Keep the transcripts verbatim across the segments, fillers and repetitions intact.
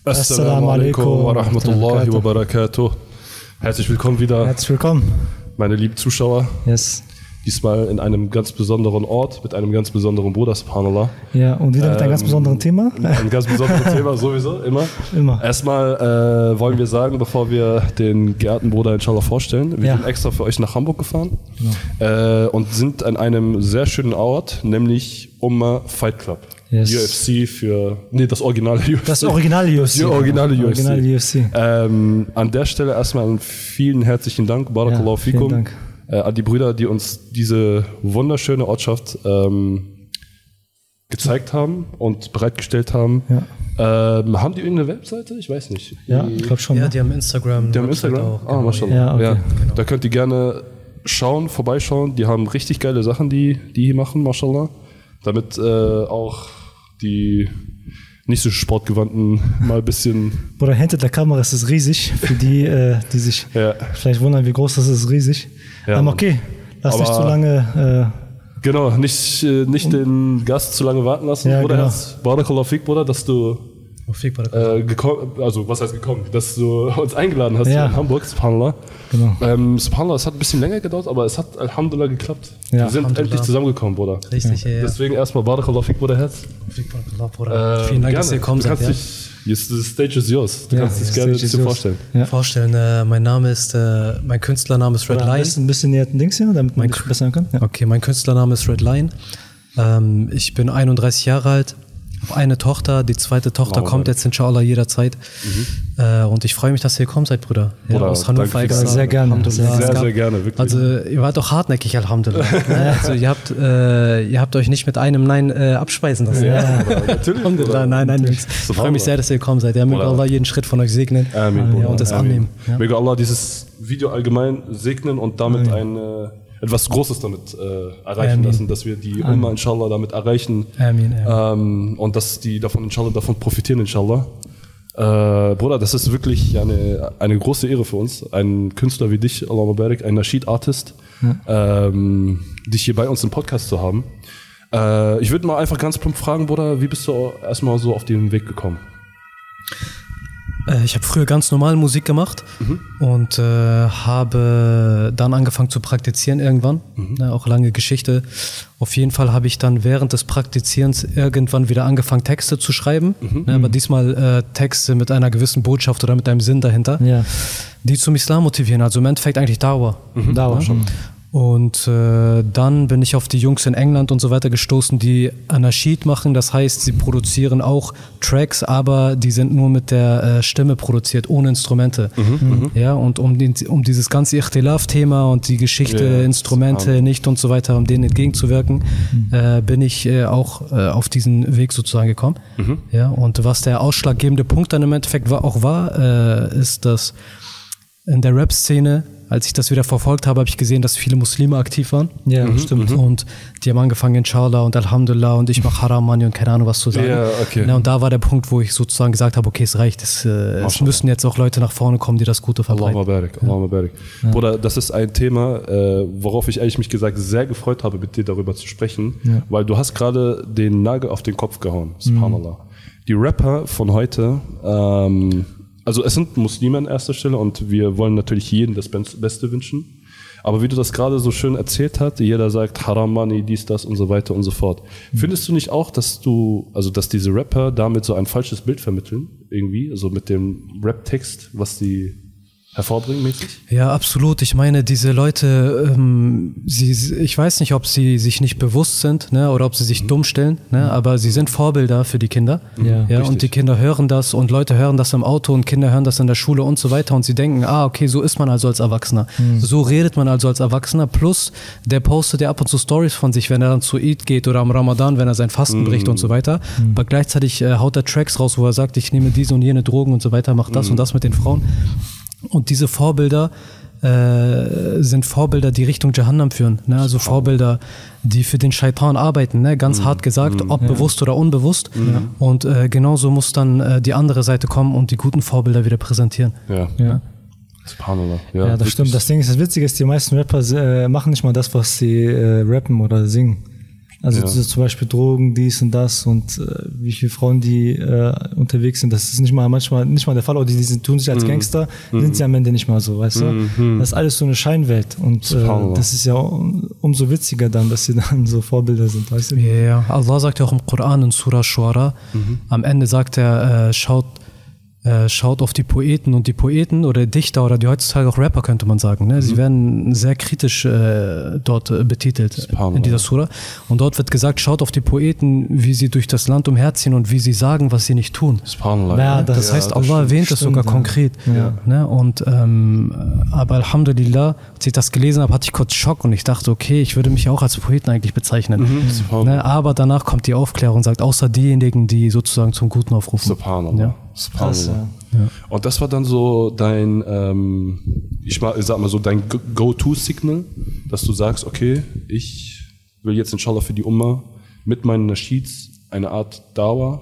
Assalamu alaikum wa rahmatullahi wa barakatuh. Herzlich willkommen wieder. Herzlich willkommen. Meine lieben Zuschauer. Yes. Diesmal in einem ganz besonderen Ort mit einem ganz besonderen Bruder, subhanallah. Ja, und wieder mit ähm, einem ganz besonderen Thema. Ein ganz besonderes Thema, sowieso, immer. Immer. Erstmal äh, wollen wir sagen, bevor wir den geehrten Bruder inshallah vorstellen, wir ja. sind extra für euch nach Hamburg gefahren ja. äh, und sind an einem sehr schönen Ort, nämlich Umma Fight Club. Yes. U F C für, nee, das originale U F C. Das originale U F C. Das originale U F C. Originale U F C. Ähm, an der Stelle erstmal vielen herzlichen Dank, Barakallahu ja, fikum. Dank. Äh, an die Brüder, die uns diese wunderschöne Ortschaft ähm, gezeigt haben und bereitgestellt haben. Ja. Ähm, haben die irgendeine Webseite? Ich weiß nicht. Ja, ich glaube schon. Ja, die haben Instagram. Die haben Instagram? Auch, ah, mashallah. Ja, okay. ja. Genau. Da könnt ihr gerne schauen, vorbeischauen. Die haben richtig geile Sachen, die die hier machen, mashallah. Damit äh, auch die nicht so sportgewandten mal ein bisschen... Bruder, hinter der Kamera ist es riesig. Für die, äh, die sich ja. vielleicht wundern, wie groß das ist, ist riesig. Ja, ähm, okay, lass aber nicht zu lange... Äh, genau, nicht, äh, nicht den Gast zu lange warten lassen. Ja, Bruder, genau. Barakallahu fik, Bruder, dass du... Äh, gekommen, also was heißt gekommen, dass du uns eingeladen hast ja. in Hamburg, subhanallah. Genau. Ähm, subhanallah, es hat ein bisschen länger gedauert, aber es hat alhamdulillah geklappt. Ja. Wir sind endlich zusammengekommen, Bruder. Richtig, ja. ja. Deswegen erstmal Barakallahu fik, Bruder, Herz. Bruder. Äh, Vielen Dank, gerne. dass ihr gekommen seid. Ja. Jetzt, the stage is yours. Du ja, kannst dich gerne dir vorstellen. Ja. Vorstellen, äh, mein Name ist, äh, mein Künstlername ist Red Lion. Ein bisschen näher den Dings hier, damit man dich besser kann. Ja. Okay, mein Künstlername ist Red Lion. Ähm, ich bin einunddreißig Jahre alt. Habe eine Tochter, die zweite Tochter wow, kommt jetzt inshallah jederzeit. Mhm. Äh, und ich freue mich, dass ihr gekommen seid, Bruder. Ja, Bruder aus Hannover extra. Sehr gerne. Sehr, sehr, sehr gerne, wirklich. Also ihr wart doch hartnäckig, alhamdulillah. also ihr habt, äh, ihr habt euch nicht mit einem Nein äh, abspeisen lassen. Ja, ja. Natürlich. Alhamdulillah, nein, nein, nichts. Ich freue mich sehr, dass ihr gekommen seid. Ja, möge Allah jeden Schritt von euch segnen Amen, ja, und das Amen. annehmen. Ja. Möge Allah dieses Video allgemein segnen und damit ein... Äh, etwas Großes damit äh, erreichen Amin. lassen, dass wir die Umma inshallah damit erreichen Amin, Amin. Ähm, und dass die davon inshallah davon profitieren inshallah. Äh, Bruder, das ist wirklich eine, eine große Ehre für uns, einen Künstler wie dich, Allahumma barik, ein Nasheed-Artist, ja. ähm, dich hier bei uns im Podcast zu haben. Äh, ich würde mal einfach ganz plump fragen, Bruder, wie bist du erstmal so auf den Weg gekommen? Ich habe früher ganz normal Musik gemacht mhm. und äh, habe dann angefangen zu praktizieren irgendwann, mhm. ne, auch lange Geschichte. Auf jeden Fall habe ich dann während des Praktizierens irgendwann wieder angefangen, Texte zu schreiben, mhm. ne, aber diesmal äh, Texte mit einer gewissen Botschaft oder mit einem Sinn dahinter, ja. die zum Islam motivieren, also im Endeffekt eigentlich Dauer. Mhm. Dauer schon. Und äh, dann bin ich auf die Jungs in England und so weiter gestoßen, die Nasheed machen. Das heißt, sie produzieren auch Tracks, aber die sind nur mit der äh, Stimme produziert, ohne Instrumente. Mhm, ja, und um, den, um dieses ganze Ikhtilaf-Thema und die Geschichte, yeah, Instrumente nicht und so weiter, um denen entgegenzuwirken, mhm. äh, bin ich äh, auch äh, auf diesen Weg sozusagen gekommen. Mhm. Ja, und was der ausschlaggebende Punkt dann im Endeffekt war, auch war, äh, ist, dass in der Rap-Szene, als ich das wieder verfolgt habe, habe ich gesehen, dass viele Muslime aktiv waren. Ja, mhm, stimmt. Und die haben angefangen, inshallah und Alhamdulillah und ich mache Haram Mani und keine Ahnung was zu sagen. Ja, okay. Ja, und da war der Punkt, wo ich sozusagen gesagt habe, okay, es reicht. Es, äh, es müssen jetzt auch Leute nach vorne kommen, die das Gute verbreiten. Allahumma barik, Allahumma barik. Ja. Bruder, das ist ein Thema, äh, worauf ich ehrlich mich gesagt sehr gefreut habe, mit dir darüber zu sprechen, ja. weil du hast gerade den Nagel auf den Kopf gehauen. Subhanallah. Mhm. Die Rapper von heute, ähm, also es sind Muslime an erster Stelle und wir wollen natürlich jedem das Beste wünschen. Aber wie du das gerade so schön erzählt hast, jeder sagt Haram Money, dies, das und so weiter und so fort. Mhm. Findest du nicht auch, dass du, also dass diese Rapper damit so ein falsches Bild vermitteln, irgendwie, also mit dem Rap-Text, was die hervorbringen mäßig? Ja, absolut. Ich meine, diese Leute, ähm, sie, ich weiß nicht, ob sie sich nicht bewusst sind, ne, oder ob sie sich mhm. dumm stellen, ne, aber sie sind Vorbilder für die Kinder. Ja, ja, und die Kinder hören das und Leute hören das im Auto und Kinder hören das in der Schule und so weiter und sie denken, ah, okay, so ist man also als Erwachsener. Mhm. So redet man also als Erwachsener. Plus, der postet ja ab und zu Stories von sich, wenn er dann zu Eid geht oder am Ramadan, wenn er sein Fasten mhm. bricht und so weiter. Mhm. Aber gleichzeitig äh, haut er Tracks raus, wo er sagt, ich nehme diese und jene Drogen und so weiter, mach das mhm. und das mit den Frauen. Und diese Vorbilder äh, sind Vorbilder, die Richtung Jahannam führen. Ne? Also Vorbilder, die für den Shaitan arbeiten, ne? Ganz mm. hart gesagt, mm. ob ja. bewusst oder unbewusst. Mm. Und äh, genauso muss dann äh, die andere Seite kommen und die guten Vorbilder wieder präsentieren. Ja. ja. Subhanallah. Ja, ja, das wirklich. Stimmt. Das Ding ist, das Witzige ist, die meisten Rapper äh, machen nicht mal das, was sie äh, rappen oder singen. Also Ja. so zum Beispiel Drogen, dies und das und äh, wie viele Frauen, die äh, unterwegs sind, das ist nicht mal manchmal nicht mal der Fall. Oder die, die sind, tun sich als Gangster, sind sie am Ende nicht mal so, weißt du? Das ist alles so eine Scheinwelt und äh, das ist ja um, umso witziger dann, dass sie dann so Vorbilder sind, weißt du? Ja, ja. Allah sagt ja auch im Koran in Surah Shuara, am Ende sagt er, äh, schaut Äh, schaut auf die Poeten und die Poeten oder Dichter oder die heutzutage auch Rapper, könnte man sagen. Ne? Sie mhm. werden sehr kritisch äh, dort äh, betitelt in dieser Sura. Und dort wird gesagt, schaut auf die Poeten, wie sie durch das Land umherziehen und wie sie sagen, was sie nicht tun. Ja, das, das heißt, ja, Allah das erwähnt es sogar ja. konkret. Ja. Ne? Und, ähm, aber Alhamdulillah, als ich das gelesen habe, hatte ich kurz Schock und ich dachte, okay, ich würde mich auch als Poeten eigentlich bezeichnen. Mhm. Ne? Aber danach kommt die Aufklärung und sagt, außer diejenigen, die sozusagen zum Guten aufrufen. Subhanallah. Ja. Krass, ja. Ja. Und das war dann so dein, ähm, ich, mal, ich sag mal so, dein Go-To-Signal, dass du sagst, okay, ich will jetzt inshallah für die Umma mit meinen Nasheeds eine Art Dauer,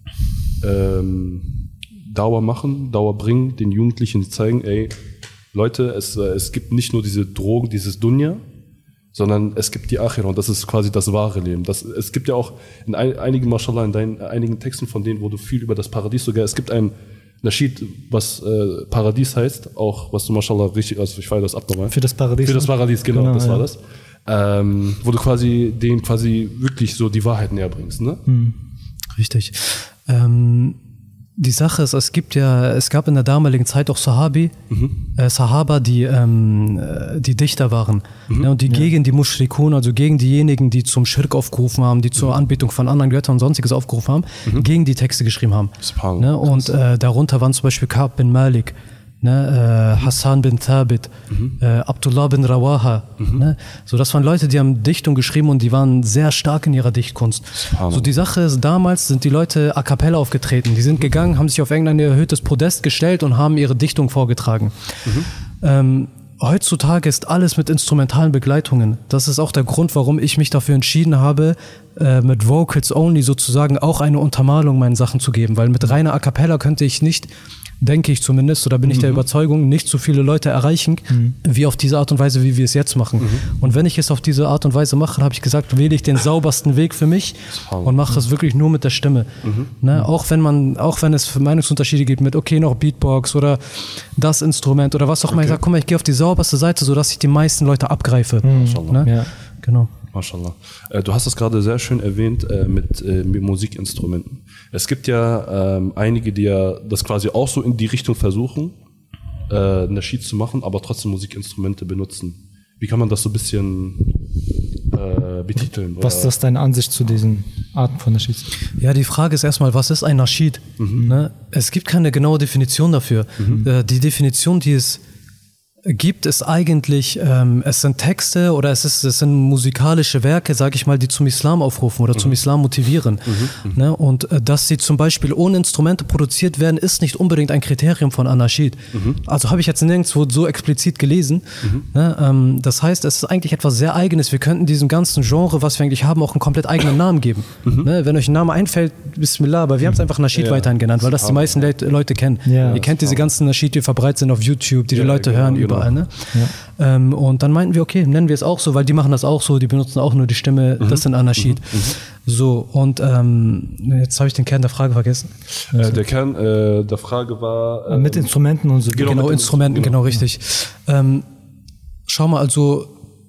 ähm, Dauer machen, Dauer bringen, den Jugendlichen zeigen, ey, Leute, es, es gibt nicht nur diese Drogen, dieses Dunya, sondern es gibt die Akhira und das ist quasi das wahre Leben. Das, es gibt ja auch in ein, einigen, mashallah, in deinen, einigen Texten von denen, wo du viel über das Paradies sogar, es gibt ein Nasheed, was äh, Paradies heißt, auch was du mashallah richtig, also ich feiere das ab nochmal. Für das Paradies. Für das Paradies, genau, genau das ja. war das. Ähm, wo du quasi denen quasi wirklich so die Wahrheit näher bringst, ne? Hm. Richtig. Ähm, die Sache ist, es gibt ja, es gab in der damaligen Zeit auch Sahabi, mhm. äh, Sahaba, die, ähm, die Dichter waren. Mhm. Ja, und die ja. gegen die Mushrikun, also gegen diejenigen, die zum Schirk aufgerufen haben, die zur Anbetung von anderen Göttern und sonstiges aufgerufen haben, mhm. gegen die Texte geschrieben haben. Ne? Und äh, darunter waren zum Beispiel Ka'b bin Malik, ne, äh, Hassan bin Thabit, mhm. äh, Abdullah bin Rawaha. Mhm. Ne? So, das waren Leute, die haben Dichtung geschrieben und die waren sehr stark in ihrer Dichtkunst. So, die Sache ist, damals sind die Leute a cappella aufgetreten. Die sind mhm. gegangen, haben sich auf irgendein erhöhtes Podest gestellt und haben ihre Dichtung vorgetragen. Mhm. Ähm, heutzutage ist alles mit instrumentalen Begleitungen. Das ist auch der Grund, warum ich mich dafür entschieden habe, äh, mit Vocals only sozusagen auch eine Untermalung meinen Sachen zu geben. Weil mit reiner a cappella könnte ich nicht, denke ich zumindest, oder bin ich mhm. der Überzeugung, nicht so viele Leute erreichen, mhm. wie auf diese Art und Weise, wie wir es jetzt machen. Mhm. Und wenn ich es auf diese Art und Weise mache, habe ich gesagt, wähle ich den saubersten Weg für mich und mache es wirklich nur mit der Stimme. Mhm. Ne? Auch wenn man, auch wenn es Meinungsunterschiede gibt mit, okay, noch Beatbox oder das Instrument oder was auch immer, okay. Ich sage, guck mal, ich gehe auf die sauberste Seite, sodass ich die meisten Leute abgreife. Mhm. Ne? Ja. Genau. Mashallah. Äh, du hast das gerade sehr schön erwähnt äh, mit, äh, mit Musikinstrumenten. Es gibt ja ähm, einige, die ja das quasi auch so in die Richtung versuchen, äh, Nasheed zu machen, aber trotzdem Musikinstrumente benutzen. Wie kann man das so ein bisschen äh, betiteln? Was ist das deine Ansicht zu diesen Arten von Nasheeds? Ja, die Frage ist erstmal, was ist ein Nasheed? Mhm. Ne? Es gibt keine genaue Definition dafür. Mhm. Äh, die Definition, die es gibt es eigentlich, ähm, es sind Texte oder es, ist, es sind musikalische Werke, sage ich mal, die zum Islam aufrufen oder mhm. zum Islam motivieren. Mhm. Ne? Und äh, dass sie zum Beispiel ohne Instrumente produziert werden, ist nicht unbedingt ein Kriterium von Nasheed. Mhm. Also habe ich jetzt nirgendwo so explizit gelesen. Mhm. Ne? Ähm, das heißt, es ist eigentlich etwas sehr Eigenes. Wir könnten diesem ganzen Genre, was wir eigentlich haben, auch einen komplett eigenen Namen geben. Mhm. Ne? Wenn euch ein Name einfällt, Bismillah, aber wir haben es einfach Nasheed ja. weiterhin genannt, weil das die meisten Le- Leute kennen. Ja, Ihr kennt diese ganzen Nasheed, die verbreitet sind auf YouTube, die ja, die Leute genau, hören genau. überall. Ne? Ja. Ähm, und dann meinten wir, okay, nennen wir es auch so, weil die machen das auch so, die benutzen auch nur die Stimme, mhm. das sind Nasheed. Mhm. Mhm. So, und ähm, jetzt habe ich den Kern der Frage vergessen. Äh, der Kern äh, der Frage war... Äh, mit Instrumenten und so. Genau, genau Instrumenten, genau, genau richtig. Ja. Ähm, schau mal, also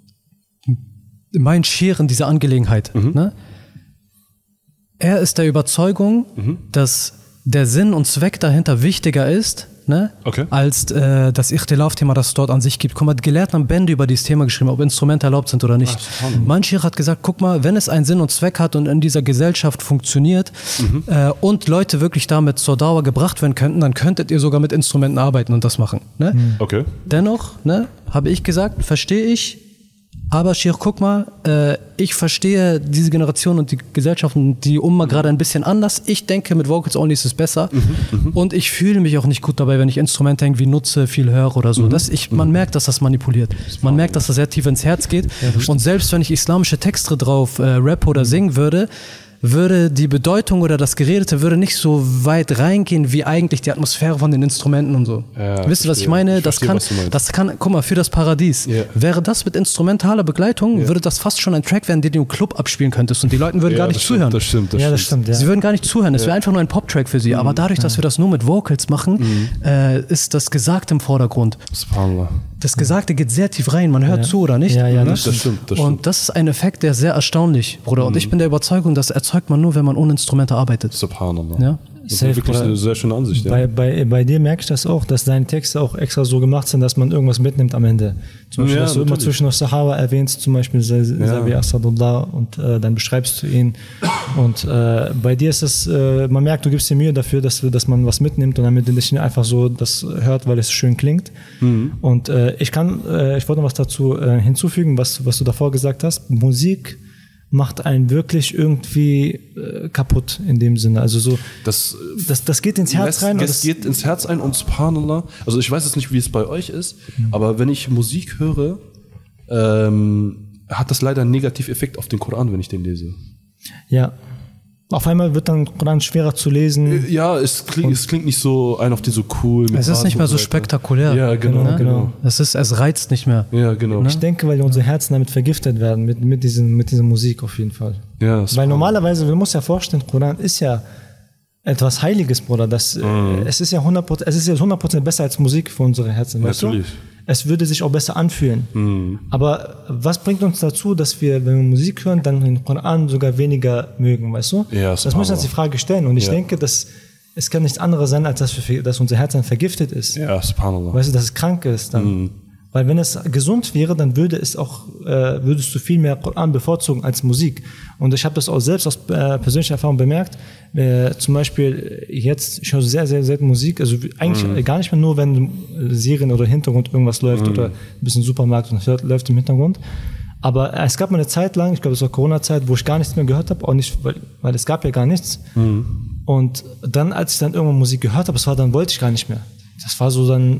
mein Scheer in dieser Angelegenheit, mhm. ne? Er ist der Überzeugung, mhm. dass der Sinn und Zweck dahinter wichtiger ist, ne, okay. als äh, das Ikhtilaf-Thema, das es dort an sich gibt. Guck mal, die Gelehrten haben Bände über dieses Thema geschrieben, ob Instrumente erlaubt sind oder nicht. Ach, mein Scheich hat gesagt, guck mal, wenn es einen Sinn und Zweck hat und in dieser Gesellschaft funktioniert mhm. äh, und Leute wirklich damit zur Dauer gebracht werden könnten, dann könntet ihr sogar mit Instrumenten arbeiten und das machen. Ne? Mhm. Okay. Dennoch, ne, habe ich gesagt, verstehe ich, aber Scheich, guck mal, äh, ich verstehe diese Generation und die Gesellschaft und die Umma gerade ein bisschen anders. Ich denke, mit Vocals Only ist es besser. Mhm, und ich fühle mich auch nicht gut dabei, wenn ich Instrumente irgendwie nutze, viel höre oder so. Mhm, das, ich, man merkt, dass das manipuliert. Man merkt, dass das sehr tief ins Herz geht. Ja, und selbst wenn ich islamische Texte drauf äh, rappe oder singen würde, würde die Bedeutung oder das Geredete würde nicht so weit reingehen, wie eigentlich die Atmosphäre von den Instrumenten und so. Ja, Wisst ihr, was ich meine? Ich das verstehe, kann, was du meinst. das kann, guck mal, für das Paradies, Yeah. wäre das mit instrumentaler Begleitung, Yeah. würde das fast schon ein Track werden, den du im Club abspielen könntest und die Leute würden Ja, gar nicht das stimmt, zuhören. Das stimmt, das Ja, das stimmt. stimmt, ja. Sie würden gar nicht zuhören, es wäre einfach nur ein Pop-Track für sie. Aber dadurch, dass wir das nur mit Vocals machen, Mhm. äh, ist das Gesagte im Vordergrund. Subhanallah. Das Gesagte geht sehr tief rein, man hört Ja. zu oder nicht. Ja, ja, Ne? das Das stimmt, das Und stimmt. das ist ein Effekt, der sehr erstaunlich, Bruder. Mhm. Und ich bin der Überzeugung, das erzeugt man nur, wenn man ohne Instrumente arbeitet. Subhanallah. Ja? Das ist Safe, wirklich Bruder. eine sehr schöne Ansicht. Ja. Bei, bei, bei dir merke ich das auch, dass deine Texte auch extra so gemacht sind, dass man irgendwas mitnimmt am Ende. Zum Beispiel, Ja, dass du immer natürlich. zwischen noch Sahaba erwähnst, zum Beispiel Sabi Asadullah und äh, dann beschreibst du ihn. Und äh, bei dir ist es, äh, man merkt, du gibst dir Mühe dafür, dass, du, dass man was mitnimmt und damit nicht einfach so das hört, weil es schön klingt. Mhm. Und äh, ich kann, äh, ich wollte noch was dazu äh, hinzufügen, was, was du davor gesagt hast. Musik macht einen wirklich irgendwie äh, kaputt in dem Sinne. Also so, Das, das, das geht ins Herz lässt- rein. und Es das, geht ins Herz ein und subhanallah. Also ich weiß jetzt nicht, wie es bei euch ist, aber wenn ich Musik höre, ähm, hat das leider einen Negativeffekt auf den Koran, wenn ich den lese. ja. Auf einmal wird dann Koran schwerer zu lesen. Ja, es klingt, es klingt nicht so ein auf die so cool. mit Es ist Bars nicht und mehr so weiter. spektakulär. Ja, genau, Ne? genau. Es, ist, es reizt nicht mehr. Ja, genau. Ich denke, weil unsere Herzen damit vergiftet werden, mit, mit, diesen, mit dieser Musik auf jeden Fall. Ja, Weil subhanallah. normalerweise, man muss ja vorstellen, Koran ist ja etwas Heiliges, Bruder. Das, Mhm. äh, es ist ja hundert Prozent, es ist ja hundert Prozent besser als Musik für unsere Herzen, weißt Natürlich. du? Es würde sich auch besser anfühlen. Mhm. Aber was bringt uns dazu, dass wir, wenn wir Musik hören, dann den Koran sogar weniger mögen, weißt du? Ja, das muss man sich die Frage stellen. Und ich Ja. denke, dass es kann nichts anderes sein, als dass, wir, dass unser Herz dann vergiftet ist. Ja, subhanallah. Weißt du, dass es krank ist dann. Mhm. Weil wenn es gesund wäre, dann würde es auch, äh, würdest du viel mehr Koran bevorzugen als Musik. Und ich habe das auch selbst aus äh, persönlicher Erfahrung bemerkt. Äh, zum Beispiel jetzt, ich höre sehr, sehr selten Musik, also eigentlich Mhm. gar nicht mehr nur, wenn äh, Serien oder Hintergrund irgendwas läuft Mhm. oder ein bisschen Supermarkt und hört, läuft im Hintergrund. Aber es gab mal eine Zeit lang, ich glaube, es war Corona-Zeit, wo ich gar nichts mehr gehört habe, auch nicht, weil, weil es gab ja gar nichts. Mhm. Und dann, als ich dann irgendwann Musik gehört habe, das war dann, wollte ich gar nicht mehr. Das war so dann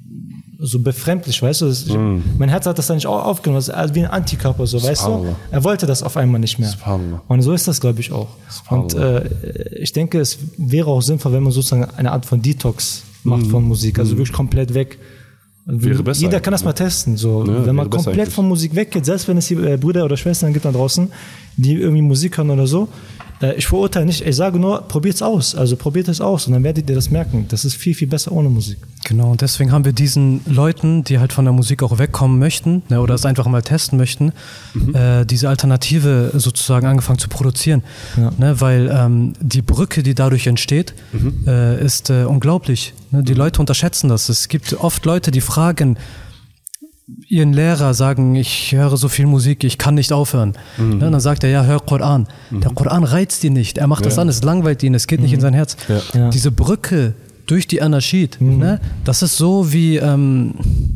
so befremdlich, weißt du? Das, ich, Mm. Mein Herz hat das dann nicht au- aufgenommen, das ist wie ein Antikörper, so, weißt du? Subhanallah. Er wollte das auf einmal nicht mehr. Subhanallah. Und so ist das, glaube ich, auch. Und Subhanallah. äh, ich denke, es wäre auch sinnvoll, wenn man sozusagen eine Art von Detox macht Mm. von Musik, also wirklich komplett weg. Wäre besser Jeder kann das mal eigentlich, testen. So. Ja, wenn wäre man besser komplett eigentlich. von Musik weggeht, selbst wenn es hier äh, Brüder oder Schwestern gibt da draußen, die irgendwie Musik hören oder so, äh, ich verurteile nicht, ich sage nur, probiert's aus. Also probiert es aus und dann werdet ihr das merken. Das ist viel, viel besser ohne Musik. Genau, und deswegen haben wir diesen Leuten, die halt von der Musik auch wegkommen möchten, ne, oder es einfach mal testen möchten, äh, diese Alternative sozusagen angefangen zu produzieren. Ja. Ne, weil ähm, die Brücke, die dadurch entsteht, äh, ist äh, unglaublich. Ne, die Leute unterschätzen das. Es gibt oft Leute, die fragen ihren Lehrer, sagen, ich höre so viel Musik, ich kann nicht aufhören. Ne, und dann sagt er, ja, hör Koran. Der Koran reizt ihn nicht. Er macht das Ja. an, es langweilt ihn, es geht nicht in sein Herz. Ja. Ja. Diese Brücke durch die Anarchid, ne, das ist so wie, ähm,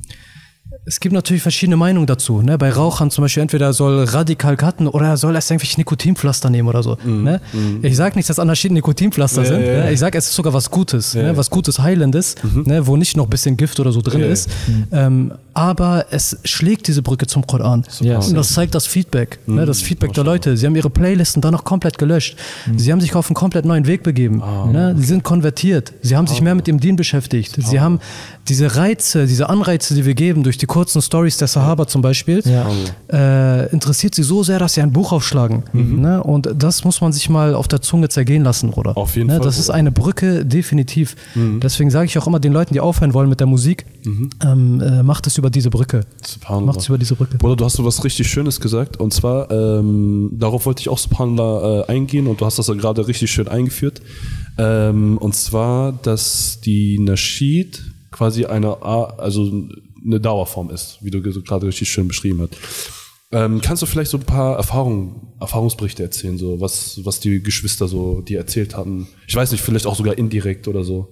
es gibt natürlich verschiedene Meinungen dazu. Ne? Bei Rauchern zum Beispiel, entweder soll radikal cutten oder er soll erst irgendwelche Nikotinpflaster nehmen oder so. Ne? Ich sage nicht, dass Anarchiden Nikotinpflaster Ja, sind. ja, ja. Ne? Ich sage, es ist sogar was Gutes, Ja, ne? ja. was Gutes, Heilendes, ne? wo nicht noch ein bisschen Gift oder so drin Ja, ja. ist. Ähm, aber es schlägt diese Brücke zum Koran. Yes. Und das zeigt das Feedback. Ne? Das Feedback der Leute. Sie haben ihre Playlisten dann noch komplett gelöscht. Sie haben sich auf einen komplett neuen Weg begeben. Ne? Sie sind konvertiert. Sie haben sich mehr mit dem Dien beschäftigt. Sie haben diese Reize, diese Anreize, die wir geben, durch die kurzen Stories der Sahaba zum Beispiel, Ja. äh, interessiert sie so sehr, dass sie ein Buch aufschlagen. Ne? Und das muss man sich mal auf der Zunge zergehen lassen, Bruder. Auf jeden ne? Fall, Das ist Bruder. eine Brücke, definitiv. Deswegen sage ich auch immer den Leuten, die aufhören wollen mit der Musik, ähm, äh, macht es über diese Brücke. Subhanallah. Macht es über diese Brücke. Bruder, du hast so was richtig Schönes gesagt. Und zwar, ähm, darauf wollte ich auch Subhanallah äh, eingehen und du hast das ja gerade richtig schön eingeführt. Ähm, und zwar, dass die Nasheed quasi eine, A- also eine Dauerform ist, wie du ge- gerade richtig schön beschrieben hast. Ähm, kannst du vielleicht so ein paar Erfahrungen, Erfahrungsberichte erzählen, so was, was die Geschwister so dir erzählt hatten? Ich weiß nicht, vielleicht auch sogar indirekt oder so.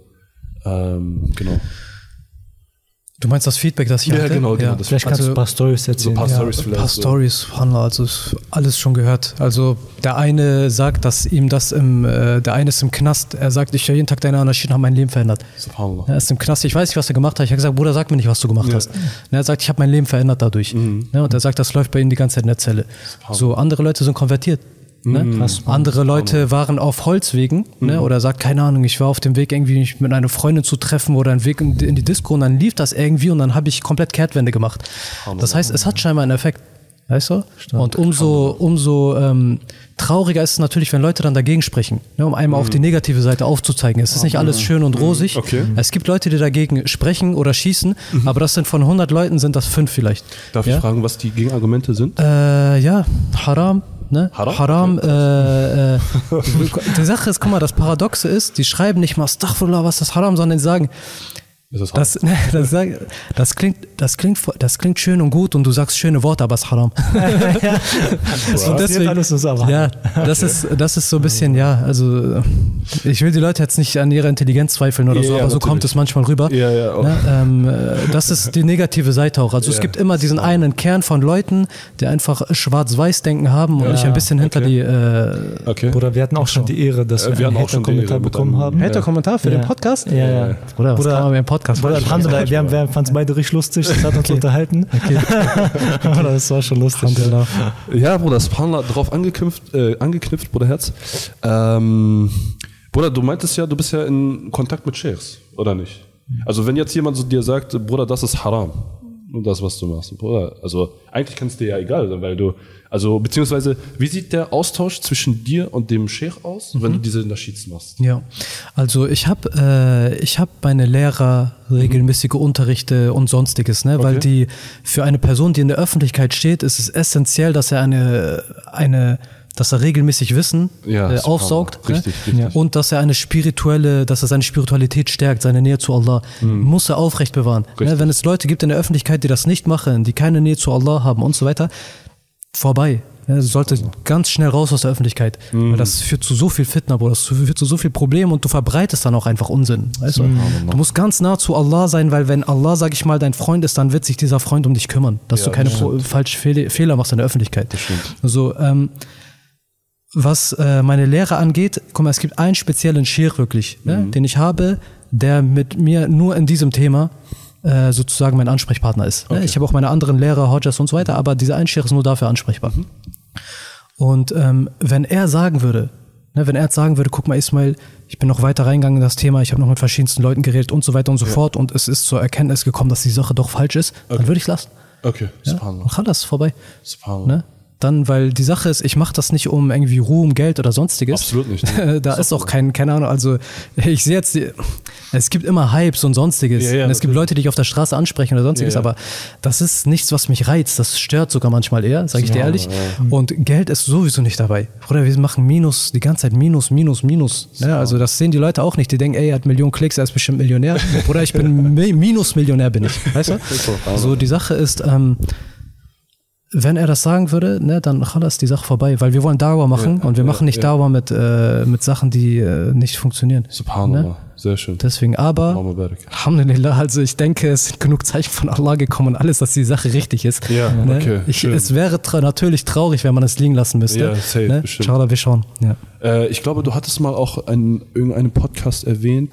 Ähm, genau. Du meinst das Feedback, das ich Ja, hatte? genau, genau, das Vielleicht kannst du Also- ein paar Stories erzählen. So ein paar Ja, Stories ein vielleicht. paar so. Stories, Subhanallah, also ist alles schon gehört. Also der eine sagt, dass ihm das im, äh, der eine ist im Knast, er sagt, ich höre jeden Tag deine Anarchien, haben mein Leben verändert. Subhanallah. Er ist im Knast, ich weiß nicht, was er gemacht hat. Ich habe gesagt, Bruder, sag mir nicht, was du gemacht hast. Und er sagt, ich habe mein Leben verändert dadurch. Mhm. Ja, und er sagt, das läuft bei ihm die ganze Zeit in der Zelle. So, andere Leute sind konvertiert. Ne? Mhm. Andere Leute waren auf Holzwegen, mhm. ne? Oder sagt, keine Ahnung, ich war auf dem Weg irgendwie mich mit einer Freundin zu treffen oder einen Weg in, in die Disco und dann lief das irgendwie und dann habe ich komplett Kehrtwende gemacht. Das heißt, es hat scheinbar einen Effekt. Weißt du? Stark. Und umso, umso ähm, trauriger ist es natürlich, wenn Leute dann dagegen sprechen, ne, um einmal mhm. auch die negative Seite aufzuzeigen. Es ist nicht alles schön und rosig. Okay. Es gibt Leute, die dagegen sprechen oder schießen, mhm. aber das sind von hundert Leuten sind das fünf vielleicht. Darf ja? ich fragen, was die Gegenargumente sind? Äh, ja, Haram. Ne? Haram? Haram okay. äh, äh, die Sache ist, guck mal, das Paradoxe ist, die schreiben nicht mal Astaghfirullah, was ist Haram, sondern die sagen, Das, das, das, das, klingt, das, klingt, das klingt schön und gut und du sagst schöne Worte, aber es ist Haram. ja. Und deswegen, alles ist aber ja, das, okay. ist, das ist so ein bisschen, ja, also ich will die Leute jetzt nicht an ihrer Intelligenz zweifeln oder ja, so, aber ja, so kommt es manchmal rüber. Ja, ja, auch. Ne? Ähm, das ist die negative Seite auch. Also ja. es gibt immer diesen einen Kern von Leuten, die einfach Schwarz-Weiß-Denken haben und ja. nicht ein bisschen hinter okay. die... Äh, okay. Bruder, wir hatten auch schon die Ehre, dass äh, wir, wir einen Hater-Kommentar bekommen haben. Hater-Kommentar für ja. den Podcast? Ja, ja. Bruder, was Bruder, kann man mit dem Podcast Bruder, Alhamdulillah, wir, haben, wir fanden es beide richtig lustig, das hat uns okay. unterhalten. Okay. Bruder, das war schon lustig. Ja, Bruder, Subhanallah, darauf angeknüpft, äh, angeknüpft, Bruder Herz. Ähm, Bruder, du meintest ja, du bist ja in Kontakt mit Sheikhs, oder nicht? Also wenn jetzt jemand so dir sagt, Bruder, das ist Haram, und das, was du machst, Bruder, also eigentlich kann es dir ja egal sein, weil du, also beziehungsweise, wie sieht der Austausch zwischen dir und dem Sheikh aus, mhm. wenn du diese Naschids machst? Ja, also ich habe äh, ich hab meine Lehrer regelmäßige mhm. Unterrichte und Sonstiges, ne, okay. weil die, für eine Person, die in der Öffentlichkeit steht, ist es essentiell, dass er eine, eine dass er regelmäßig Wissen ja, äh, aufsaugt richtig, ne? richtig. Und dass er eine spirituelle, dass er seine Spiritualität stärkt, seine Nähe zu Allah, mhm. muss er aufrecht bewahren. Ne? Wenn es Leute gibt in der Öffentlichkeit, die das nicht machen, die keine Nähe zu Allah haben und so weiter, vorbei. Ja, sollte oh. ganz schnell raus aus der Öffentlichkeit, mhm. weil das führt zu so viel Fitna, Bruder, das führt zu so viel Problemen und du verbreitest dann auch einfach Unsinn. Weißt du? Mhm. Du musst ganz nah zu Allah sein, weil wenn Allah, sag ich mal, dein Freund ist, dann wird sich dieser Freund um dich kümmern, dass ja, du keine das falschen Fehl- Fehler machst in der Öffentlichkeit. Also, ähm, was äh, meine Lehre angeht, guck mal, es gibt einen speziellen Sheikh wirklich, mhm. ne, den ich habe, der mit mir nur in diesem Thema äh, sozusagen mein Ansprechpartner ist. Okay. Ne? Ich habe auch meine anderen Lehrer, Hodjas und so weiter, aber dieser eine Sheikh ist nur dafür ansprechbar. Mhm. Und ähm, wenn er sagen würde, ne, wenn er jetzt sagen würde, guck mal Ismail, ich bin noch weiter reingegangen in das Thema, ich habe noch mit verschiedensten Leuten geredet und so weiter und so ja. fort und es ist zur Erkenntnis gekommen, dass die Sache doch falsch ist, okay. dann würde ich es lassen. Okay, ja? Und Khalas, vorbei. Subhanallah. Ne? Dann, weil die Sache ist, ich mache das nicht um irgendwie Ruhm, Geld oder sonstiges. Absolut nicht. Ne? Da ist auch kein, keine Ahnung, also ich sehe jetzt, es gibt immer Hypes und sonstiges. Ja, ja, und es gibt Leute, die ich auf der Straße ansprechen oder sonstiges, ja, ja. aber das ist nichts, was mich reizt. Das stört sogar manchmal eher, sage ich dir ehrlich. Ja. Und Geld ist sowieso nicht dabei. Oder wir machen Minus, die ganze Zeit Minus, Minus, Minus. Ne? Also das sehen die Leute auch nicht. Die denken, ey, er hat Millionen Klicks, er ist bestimmt Millionär. Oder ich bin Minus-Millionär, bin ich. Weißt du? So, die Sache ist, ähm, wenn er das sagen würde, ne, dann ist die Sache vorbei, weil wir wollen Dawah machen ja, und wir ja, machen nicht ja. Dawah mit, äh, mit Sachen, die äh, nicht funktionieren. Subhanallah, ne? Sehr schön. Deswegen, aber, Alhamdulillah, also ich denke, es sind genug Zeichen von Allah gekommen und alles, dass die Sache richtig ist. Ja, ne? okay. Ich, es wäre tra- natürlich traurig, wenn man es liegen lassen müsste. Ja, safe, ne? bestimmt. Inshallah, wir schauen. Ja. Äh, ich glaube, du hattest mal auch in irgendeinem Podcast erwähnt,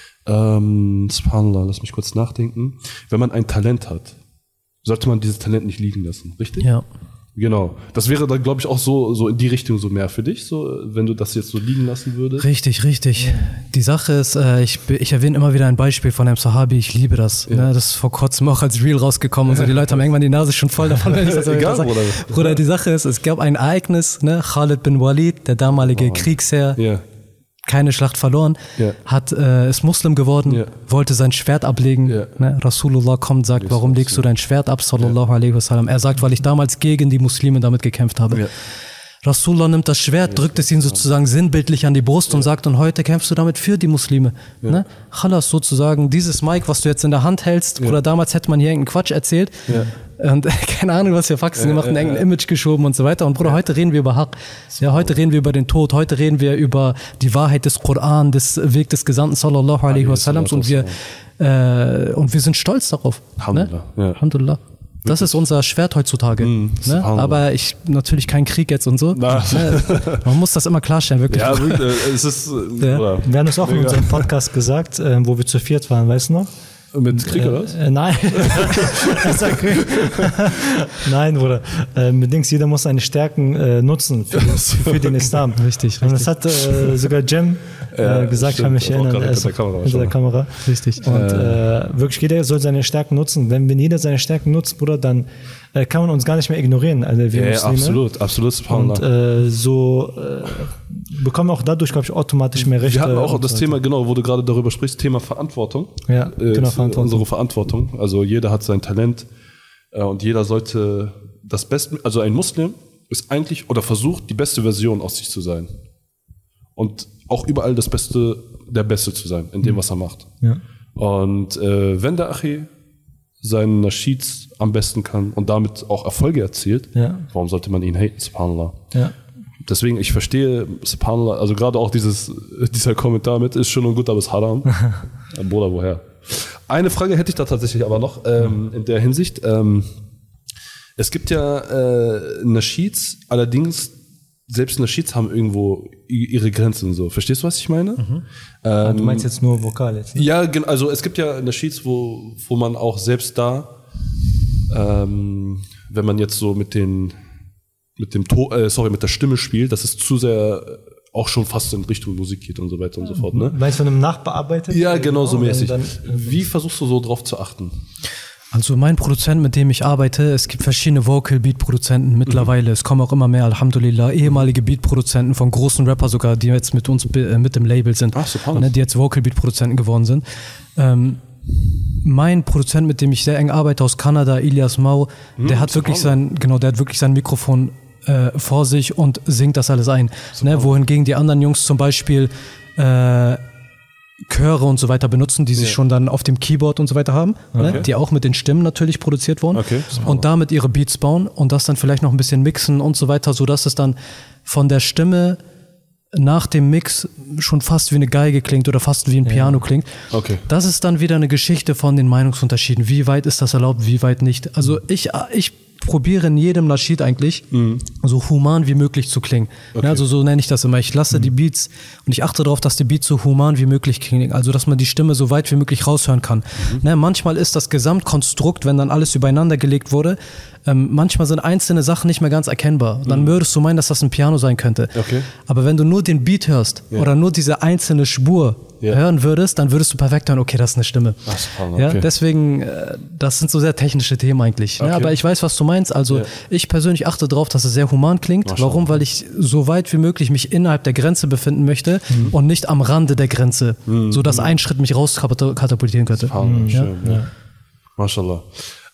ähm, Subhanallah, lass mich kurz nachdenken, wenn man ein Talent hat, sollte man dieses Talent nicht liegen lassen, richtig? Ja. Genau. Das wäre dann, glaube ich, auch so, so in die Richtung so mehr für dich, so, wenn du das jetzt so liegen lassen würdest. Richtig, richtig. Ja. Die Sache ist, äh, ich, ich erwähne immer wieder ein Beispiel von einem Sahabi, ich liebe das. Ja. Ne? Das ist vor kurzem auch als Reel rausgekommen und so. Die Leute haben irgendwann die Nase schon voll davon, wenn ich das Egal, sage. Bruder. Bruder, die Sache ist, es gab ein Ereignis, ne? Khalid bin Walid, der damalige oh. Kriegsherr, ja. keine Schlacht verloren, ja. hat, äh, ist Muslim geworden, ja. wollte sein Schwert ablegen. Ja. Ne? Rasulullah kommt, sagt, warum legst du dein Schwert ab, sallallahu ja. alaihi wasallam. Er sagt, weil ich damals gegen die Muslime damit gekämpft habe. Ja. Rasulullah nimmt das Schwert, drückt es ihm sozusagen sinnbildlich an die Brust ja. und sagt, und heute kämpfst du damit für die Muslime. Ja. Ne? Khalas, sozusagen, dieses Mic, was du jetzt in der Hand hältst, ja. oder damals hätte man hier irgendeinen Quatsch erzählt, ja. und keine Ahnung, was wir Faxen gemacht, in irgendein Image geschoben und so weiter. Und Bruder, ja. heute reden wir über Haq. Ja, heute reden wir über den Tod, heute reden wir über die Wahrheit des Koran, des Weg des Gesandten, sallallahu alaihi wasallam, und wir, äh, und wir sind stolz darauf. Alhamdulillah. Ne? Ja. Alhamdulillah. Das ist unser Schwert heutzutage. Mm, ne? Aber ich, natürlich kein Krieg jetzt und so. Ne? Man muss das immer klarstellen, wirklich. Ja, wirklich, es ist, ja. Wir haben es auch in unserem Podcast gesagt, äh, wo wir zu viert waren, weißt du noch? Mit Krieg oder was? Äh, nein. Nein, Bruder. Äh, mit Dings, jeder muss seine Stärken äh, nutzen für, für den Islam. Richtig, richtig. Und das hat äh, sogar Cem äh, Ja, gesagt, stimmt. kann mich erinnern. Auch gerade Er ist hinter der Kamera, hinter der Kamera. Richtig. Und äh, wirklich, jeder soll seine Stärken nutzen. Wenn, wenn jeder seine Stärken nutzt, Bruder, dann äh, kann man uns gar nicht mehr ignorieren. Also wir Ja, ja, Muslime. absolut, absolut. Und äh, so äh, bekommen wir auch dadurch, glaube ich, automatisch mehr Rechte. Wir hatten auch und das so Thema, genau, wo du gerade darüber sprichst, Thema Verantwortung. Ja, äh, genau, Verantwortung. Unsere Verantwortung. Also jeder hat sein Talent äh, und jeder sollte das Beste, also ein Muslim ist eigentlich oder versucht, die beste Version aus sich zu sein. Und auch überall das Beste, der Beste zu sein, in dem, was er macht. Ja. Und äh, wenn der Achi seinen Nasheeds am besten kann und damit auch Erfolge erzielt, Ja. warum sollte man ihn haten, subhanallah? Ja. Deswegen, ich verstehe, subhanallah, also gerade auch dieses, dieser Kommentar mit, ist schon und gut, aber ist haram. Bruder, woher? Eine Frage hätte ich da tatsächlich aber noch ähm, in der Hinsicht. Ähm, es gibt ja äh, Nasheeds, allerdings selbst Nasheeds haben irgendwo ihre Grenzen so. Verstehst du, was ich meine? Mhm. Ah, Ähm, du meinst jetzt nur Vokal jetzt? Ne? ja, gen- also es gibt ja Nasheeds, wo, wo man auch selbst da, ähm, wenn man jetzt so mit den, mit dem to äh, sorry, mit der Stimme spielt, dass es zu sehr auch schon fast in Richtung Musik geht und so weiter und so fort, ne? Meinst du von einem Nachbearbeitet? Ja, genau so mäßig. Dann, Wie versuchst du so drauf zu achten? Also mein Produzent, mit dem ich arbeite, es gibt verschiedene Vocal-Beat-Produzenten mittlerweile. Mhm. Es kommen auch immer mehr, Alhamdulillah, ehemalige Beat-Produzenten von großen Rapper sogar, die jetzt mit uns äh, mit im Label sind, Ach, so ne, die jetzt Vocal-Beat-Produzenten geworden sind. Ähm, mein Produzent, mit dem ich sehr eng arbeite aus Kanada, Ilias Mau, mhm, der hat wirklich sein, genau, der hat wirklich sein Mikrofon äh, vor sich und singt das alles ein. Ne, wohingegen die anderen Jungs zum Beispiel äh, Chöre und so weiter benutzen, die sie Ja. schon dann auf dem Keyboard und so weiter haben, Okay. ne, die auch mit den Stimmen natürlich produziert wurden Okay. und damit ihre Beats bauen und das dann vielleicht noch ein bisschen mixen und so weiter, sodass es dann von der Stimme nach dem Mix schon fast wie eine Geige klingt oder fast wie ein Piano klingt. Okay. Das ist dann wieder eine Geschichte von den Meinungsunterschieden. Wie weit ist das erlaubt, wie weit nicht? Also ich, ich probiere in jedem Nasheed eigentlich Mhm. so human wie möglich zu klingen. Okay. Ja, also so nenne ich das immer. Ich lasse die Beats und ich achte darauf, dass die Beats so human wie möglich klingen. Also dass man die Stimme so weit wie möglich raushören kann. Mhm. Ne, manchmal ist das Gesamtkonstrukt, wenn dann alles übereinander gelegt wurde, ähm, manchmal sind einzelne Sachen nicht mehr ganz erkennbar. Dann würdest du meinen, dass das ein Piano sein könnte. Okay. Aber wenn du nur den Beat hörst Ja. oder nur diese einzelne Spur Ja. hören würdest, dann würdest du perfekt hören, okay, das ist eine Stimme. Ach, subhanallah, Ja, okay. deswegen, äh, das sind so sehr technische Themen eigentlich. Okay. Ne? Aber ich weiß, was du meinst. Also Ja. ich persönlich achte darauf, dass es sehr human klingt. Maschallah. Warum? Weil ich so weit wie möglich mich innerhalb der Grenze befinden möchte und nicht am Rande der Grenze, sodass ein Schritt mich rauskatapultieren könnte. Subhanallah, Ja. schön, ja. Mashallah.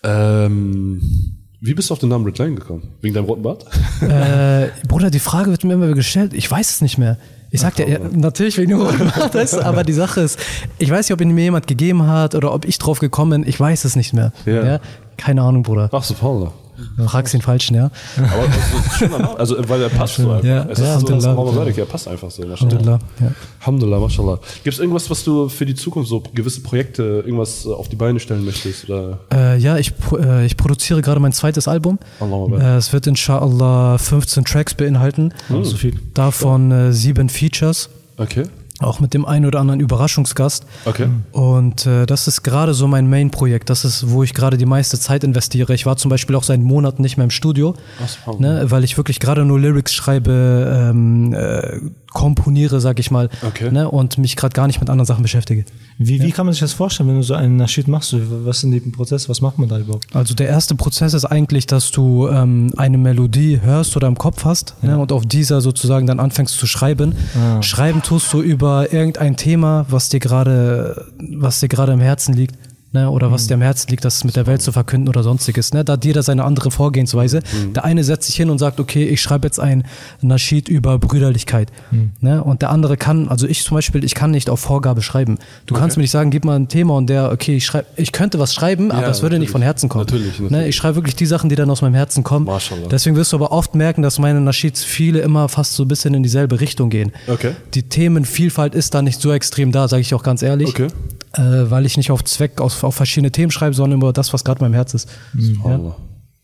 Ähm, wie bist du auf den Namen Red Lion gekommen? Wegen deinem roten Bart? Äh, Bruder, die Frage wird mir immer gestellt. Ich weiß es nicht mehr. Ich sag dir, ja, natürlich wegen das, aber die Sache ist, ich weiß nicht, ob ihn mir jemand gegeben hat oder ob ich drauf gekommen bin. Ich weiß es nicht mehr. Ja. Ja? Keine Ahnung, Bruder. Ach, subhanallah. Fragst den Falschen, ja. Aber das ist ein schöner Name. Also, weil er passt so einfach. Ja, es ja, ist so, Alhamdulillah. er passt einfach so. Alhamdulillah, ja. Alhamdulillah, mashallah. Gibt es irgendwas, was du für die Zukunft, so gewisse Projekte, irgendwas äh, auf die Beine stellen möchtest? Oder? Äh, ja, ich, pro- äh, ich produziere gerade mein zweites Album. Allahu Akbar. Äh, es wird inshallah fünfzehn Tracks beinhalten. So viel. Davon äh, sieben Features. Okay. Auch mit dem einen oder anderen Überraschungsgast. Okay. Und äh, das ist gerade so mein Main-Projekt. Das ist, wo ich gerade die meiste Zeit investiere. Ich war zum Beispiel auch seit Monaten nicht mehr im Studio, Ach, subhanallah. ne, weil ich wirklich gerade nur Lyrics schreibe, ähm, äh, komponiere, sag ich mal, Okay. ne, und mich gerade gar nicht mit anderen Sachen beschäftige. Wie, wie kann man sich das vorstellen, wenn du so einen Nasheed machst? Was sind die Prozesse? Was macht man da überhaupt? Also der erste Prozess ist eigentlich, dass du ähm, eine Melodie hörst oder im Kopf hast, ne, und auf dieser sozusagen dann anfängst zu schreiben. Ah. Schreiben tust du über irgendein Thema, was dir gerade, was dir gerade im Herzen liegt. Ne, oder was dir am Herzen liegt, das mit der Welt zu verkünden oder sonstiges. Ne? Da hat jeder seine andere Vorgehensweise. Der eine setzt sich hin und sagt, okay, ich schreibe jetzt ein Nasheed über Brüderlichkeit. Ne? Und der andere kann, also ich zum Beispiel, ich kann nicht auf Vorgabe schreiben. Du Okay. kannst mir nicht sagen, gib mal ein Thema und der, okay, ich schreibe, ich könnte was schreiben, aber Ja, es würde nicht natürlich. von Herzen kommen. Natürlich, natürlich. Ne? Ich schreibe wirklich die Sachen, die dann aus meinem Herzen kommen. Mashallah. Deswegen wirst du aber oft merken, dass meine Nasheeds viele immer fast so ein bisschen in dieselbe Richtung gehen. Okay. Die Themenvielfalt ist da nicht so extrem da, sage ich auch ganz ehrlich. Okay. Äh, weil ich nicht auf Zweck, auf, auf verschiedene Themen schreibe, sondern über das, was gerade in meinem Herz ist. Ja. Subhanallah.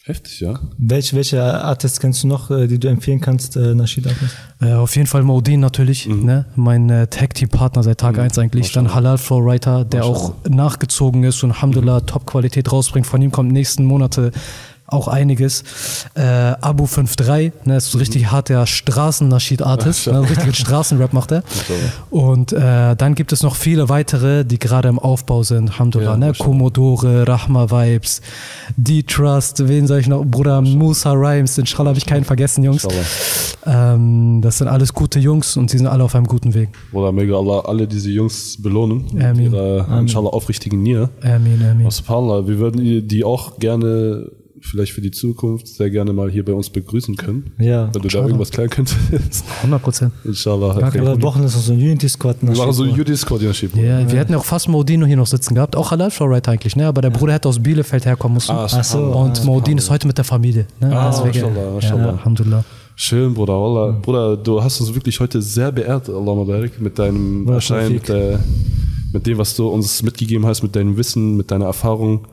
Heftig, ja. Welche, welche Artists kennst du noch, die du empfehlen kannst, äh, Nasheed-Artists? Äh, auf jeden Fall Modin natürlich, mhm. ne? Mein äh, Tag-Team-Partner seit Tag eins mhm. eigentlich. Dann Halal Flowwriter, der auch nachgezogen ist und Alhamdulillah mhm. Top-Qualität rausbringt. Von ihm kommt nächsten Monate auch einiges. Äh, Abu fünf drei, ne, ist so richtig harter Straßen-Nasheed-Artist, ne, richtigen Straßenrap macht er. Und äh, dann gibt es noch viele weitere, die gerade im Aufbau sind. Alhamdulillah, ja, ne? Commodore, Rahma Vibes, D-Trust, wen soll ich noch? Bruder Musa Rhymes, inshallah habe ich keinen vergessen, Jungs. Ähm, das sind alles gute Jungs und sie sind alle auf einem guten Weg. Bruder, möge Allah alle diese Jungs belohnen mit Amin. ihrer, Amin. inshallah, aufrichtigen Nier. Amin, amin. SubhanAllah, wir würden die auch gerne vielleicht für die Zukunft sehr gerne mal hier bei uns begrüßen können. Ja. Wenn du da irgendwas klären könntest. hundert Prozent. Inshallah. Oder Wochen ist so ein Unity-Squad. Wir machen so ein Unity-Squad in der Schiebe. Ja, ja, wir hätten ja auch fast Modino hier noch sitzen gehabt. Auch Halal Flowwriter eigentlich, ne? Aber der Bruder hätte aus Bielefeld herkommen müssen. Ah, Ach so. Und ah, Modin ist heute mit der Familie. Ne? Ah, Deswegen, mashallah, mashallah. ja, Alhamdulillah. Schön, Bruder. Wallah. Mhm. Bruder, du hast uns wirklich heute sehr beehrt, Allah Mabarak, mit deinem Erscheinen, mit, der, mit dem, was du uns mitgegeben hast, mit deinem Wissen, mit deiner Erfahrung.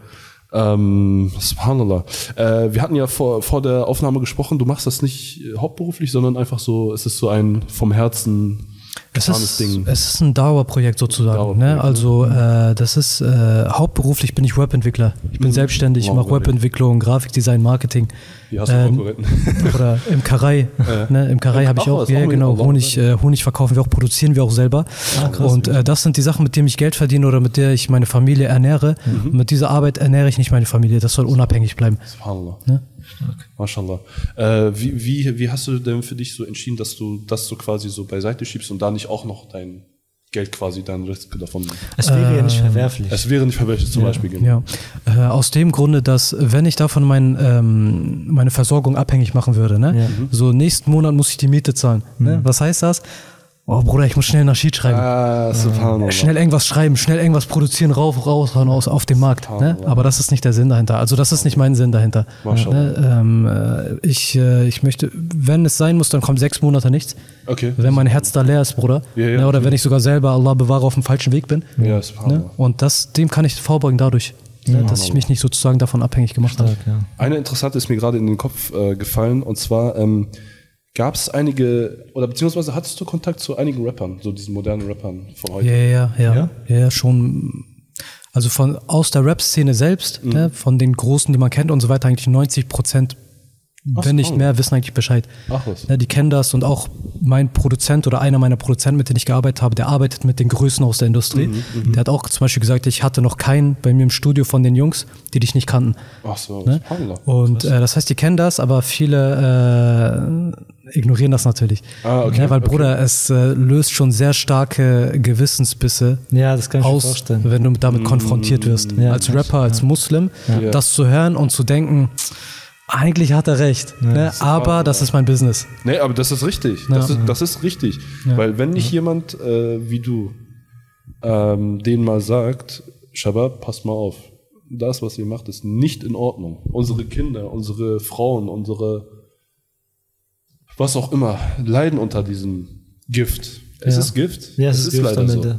Ähm, Subhanallah. Äh, wir hatten ja vor, vor der Aufnahme gesprochen, du machst das nicht hauptberuflich, sondern einfach so, es ist so ein vom Herzen es ist, Ding. Es ist ein Dauerprojekt sozusagen. Dauerprojekt, ne? Also äh, das ist, äh, hauptberuflich bin ich Webentwickler. Ich bin mhm. selbstständig, ich mache Webentwicklung, Grafikdesign, Marketing. Wie hast du ähm, Konkurrenten? Oder im Karai. äh. ne? Im Karai habe ich auch, ja, genau, Honig, äh, Honig verkaufen wir auch, produzieren wir auch selber. Ah, krass, und äh, das sind die Sachen, mit denen ich Geld verdiene oder mit der ich meine Familie ernähre. Mhm. Und mit dieser Arbeit ernähre ich nicht meine Familie. Das soll unabhängig bleiben. Subhanallah. Ne? Okay. Mashallah. Äh, wie, wie, wie hast du denn für dich so entschieden, dass du das so quasi so beiseite schiebst und da nicht auch noch dein Geld quasi, dein Risk davon? Es wäre äh, ja nicht verwerflich. Es wäre nicht verwerflich, zum ja, Beispiel. Genau. Ja. Äh, aus dem Grunde, dass wenn ich davon mein, ähm, meine Versorgung abhängig machen würde, ne? Ja. So nächsten Monat muss ich die Miete zahlen. Mhm. Ne? Was heißt das? Oh Bruder, ich muss schnell Nasheed schreiben. Ah, Subhanallah. Schnell irgendwas schreiben, schnell irgendwas produzieren, rauf, raus, raus auf dem Markt. Ne? Aber das ist nicht der Sinn dahinter. Also das ist nicht mein Sinn dahinter. Ne? Ähm, ich, äh, ich möchte, wenn es sein muss, dann kommt sechs Monate nichts. Okay. Wenn mein Herz da leer ist, Bruder. Ja, ja, ne? Oder okay. wenn ich sogar selber, Allah bewahre, auf dem falschen Weg bin. Ja, ne? Und das, dem kann ich vorbeugen dadurch. Ne? Dass ich mich nicht sozusagen davon abhängig gemacht habe. Ja. Eine interessante ist mir gerade in den Kopf äh, gefallen, und zwar ähm, gab es einige, oder beziehungsweise hattest du Kontakt zu einigen Rappern, so diesen modernen Rappern von heute? Ja, ja, ja, ja, ja, ja schon. Also von aus der Rap-Szene selbst, mhm. ne, von den Großen, die man kennt und so weiter, eigentlich neunzig Prozent, Ach, wenn nicht mehr, wissen eigentlich Bescheid. Ach was. Ne, die kennen das, und auch mein Produzent oder einer meiner Produzenten, mit denen ich gearbeitet habe, der arbeitet mit den Größen aus der Industrie. Mhm, der hat auch zum Beispiel gesagt, ich hatte noch keinen bei mir im Studio von den Jungs, die dich nicht kannten. Ach so, ne? Und äh, das heißt, die kennen das, aber viele äh, ignorieren das natürlich. Ah, okay, ne, weil okay. Bruder, es äh, löst schon sehr starke Gewissensbisse ja, das kann ich aus, mir vorstellen. wenn du damit konfrontiert wirst. Ja, als Rapper, als ja. Muslim, ja. das zu hören und zu denken, eigentlich hat er recht, ja, ne? das aber wahr, das ja. ist mein Business. Nee, aber das ist richtig. Ja. Das, ist, das ist richtig. Ja. Weil wenn nicht ja. jemand äh, wie du ähm, denen mal sagt, Shabab, passt mal auf, das, was ihr macht, ist nicht in Ordnung. Unsere Kinder, unsere Frauen, unsere was auch immer, leiden unter diesem Gift. Es ja. ist Gift. Ja, es, es ist, ist Gift leider so.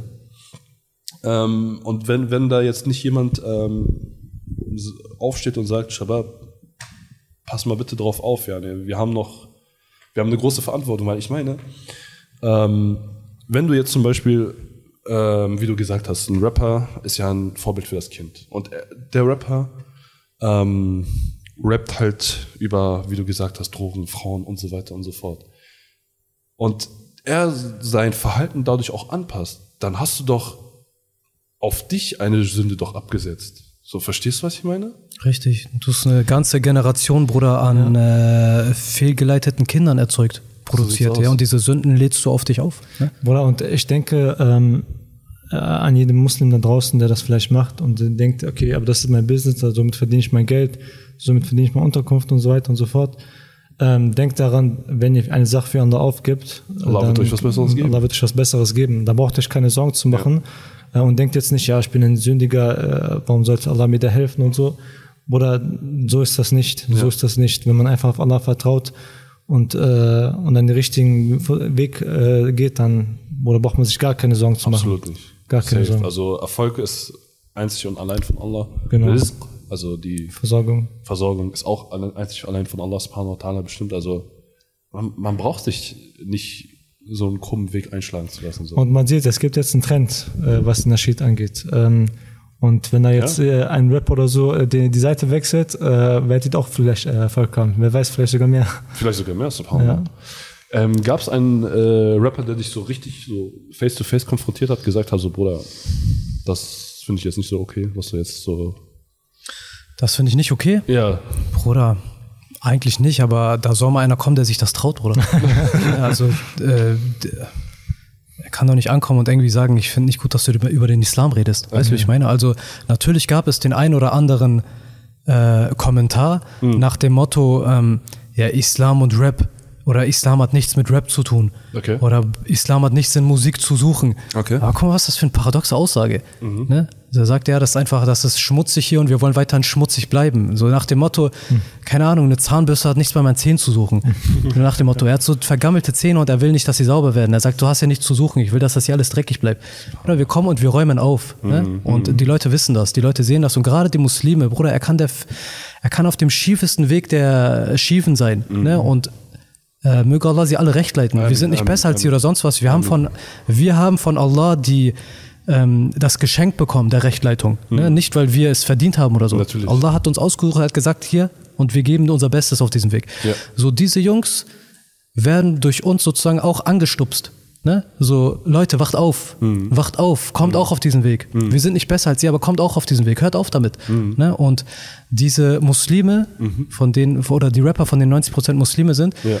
Ähm, und wenn, wenn da jetzt nicht jemand ähm, aufsteht und sagt, Shabab, pass mal bitte drauf auf, ja. Wir haben noch, wir haben eine große Verantwortung, weil ich meine, ähm, wenn du jetzt zum Beispiel, ähm, wie du gesagt hast, ein Rapper ist ja ein Vorbild für das Kind. Und der Rapper ähm, rappt halt über, wie du gesagt hast, Drogen, Frauen und so weiter und so fort. Und er sein Verhalten dadurch auch anpasst, dann hast du doch auf dich eine Sünde doch abgesetzt. So, verstehst du, was ich meine? Richtig. Du hast eine ganze Generation, Bruder, an ja. äh, fehlgeleiteten Kindern erzeugt, produziert. So ja, und diese Sünden lädst du auf dich auf. Ne? Bruder, und ich denke ähm, äh, an jedem Muslim da draußen, der das vielleicht macht und denkt, okay, aber das ist mein Business, also somit verdiene ich mein Geld, somit verdiene ich meine Unterkunft und so weiter und so fort. Ähm, denkt daran, wenn ihr eine Sache für andere aufgibt, Allah dann, wird euch was Besseres geben. Allah wird euch was Besseres geben. Da braucht ihr euch keine Sorgen zu machen. Ja. Und denkt jetzt nicht, ja, ich bin ein Sündiger, äh, warum sollte Allah mir da helfen und so. Oder so ist das nicht. Ja. So ist das nicht. Wenn man einfach auf Allah vertraut und, äh, und an den richtigen Weg äh, geht, dann oder braucht man sich gar keine Sorgen zu machen. Absolut nicht. Gar keine Safe. Sorgen. Also Erfolg ist einzig und allein von Allah. Genau. Rizq Also die Versorgung. Versorgung ist auch einzig allein von Allah subhanahu wa ta'ala bestimmt. Also man, man braucht sich nicht so einen krummen Weg einschlagen zu lassen. So. Und man sieht, es gibt jetzt einen Trend, äh, was Nasheed angeht. Ähm, und wenn da jetzt ja? äh, ein Rapper oder so äh, die, die Seite wechselt, äh, werdet auch vielleicht äh, Erfolg haben. Wer weiß, vielleicht sogar mehr. Vielleicht sogar mehr, subhanallah. Ja. Ähm, Gab es einen äh, Rapper, der dich so richtig so face-to-face konfrontiert hat, gesagt hat, so Bruder, das finde ich jetzt nicht so okay, was du jetzt so... Das finde ich nicht okay? Ja. Bruder, eigentlich nicht, aber da soll mal einer kommen, der sich das traut, Bruder. Also, äh, er kann doch nicht ankommen und irgendwie sagen, ich finde nicht gut, dass du über, über den Islam redest. Weißt du, okay. wie ich meine? Also, natürlich gab es den ein oder anderen äh, Kommentar mhm. nach dem Motto, ähm, ja, Islam und Rap. Oder Islam hat nichts mit Rap zu tun. Okay. Oder Islam hat nichts in Musik zu suchen. Okay. Aber guck mal, was ist das für eine paradoxe Aussage. Mhm. Ne? Da sagt er, das ist einfach, das ist schmutzig hier und wir wollen weiterhin schmutzig bleiben. So nach dem Motto, mhm. keine Ahnung, eine Zahnbürste hat nichts bei meinen Zähnen zu suchen. Mhm. Nach dem Motto, er hat so vergammelte Zähne und er will nicht, dass sie sauber werden. Er sagt, du hast ja nichts zu suchen, ich will, dass das hier alles dreckig bleibt. Oder wir kommen und wir räumen auf. Mhm. Ne? Und die Leute wissen das, die Leute sehen das. Und gerade die Muslime, Bruder, er kann, der, er kann auf dem schiefesten Weg der Schiefen sein. Mhm. Ne? Und Äh, möge Allah sie alle recht leiten. Wir sind nicht besser als sie oder sonst was. Wir haben von, wir haben von Allah die, ähm, das Geschenk bekommen, der Rechtleitung. Mhm. Ne? Nicht, weil wir es verdient haben oder so. Natürlich. Allah hat uns ausgesucht, hat gesagt, hier, und wir geben unser Bestes auf diesem Weg. Ja. So, diese Jungs werden durch uns sozusagen auch angestupst. Ne? So, Leute, wacht auf, mhm. wacht auf, kommt mhm. auch auf diesen Weg. Mhm. Wir sind nicht besser als ihr, aber kommt auch auf diesen Weg, hört auf damit. Mhm. Ne? Und diese Muslime, mhm. von denen, oder die Rapper, von denen neunzig Prozent Muslime sind, ja.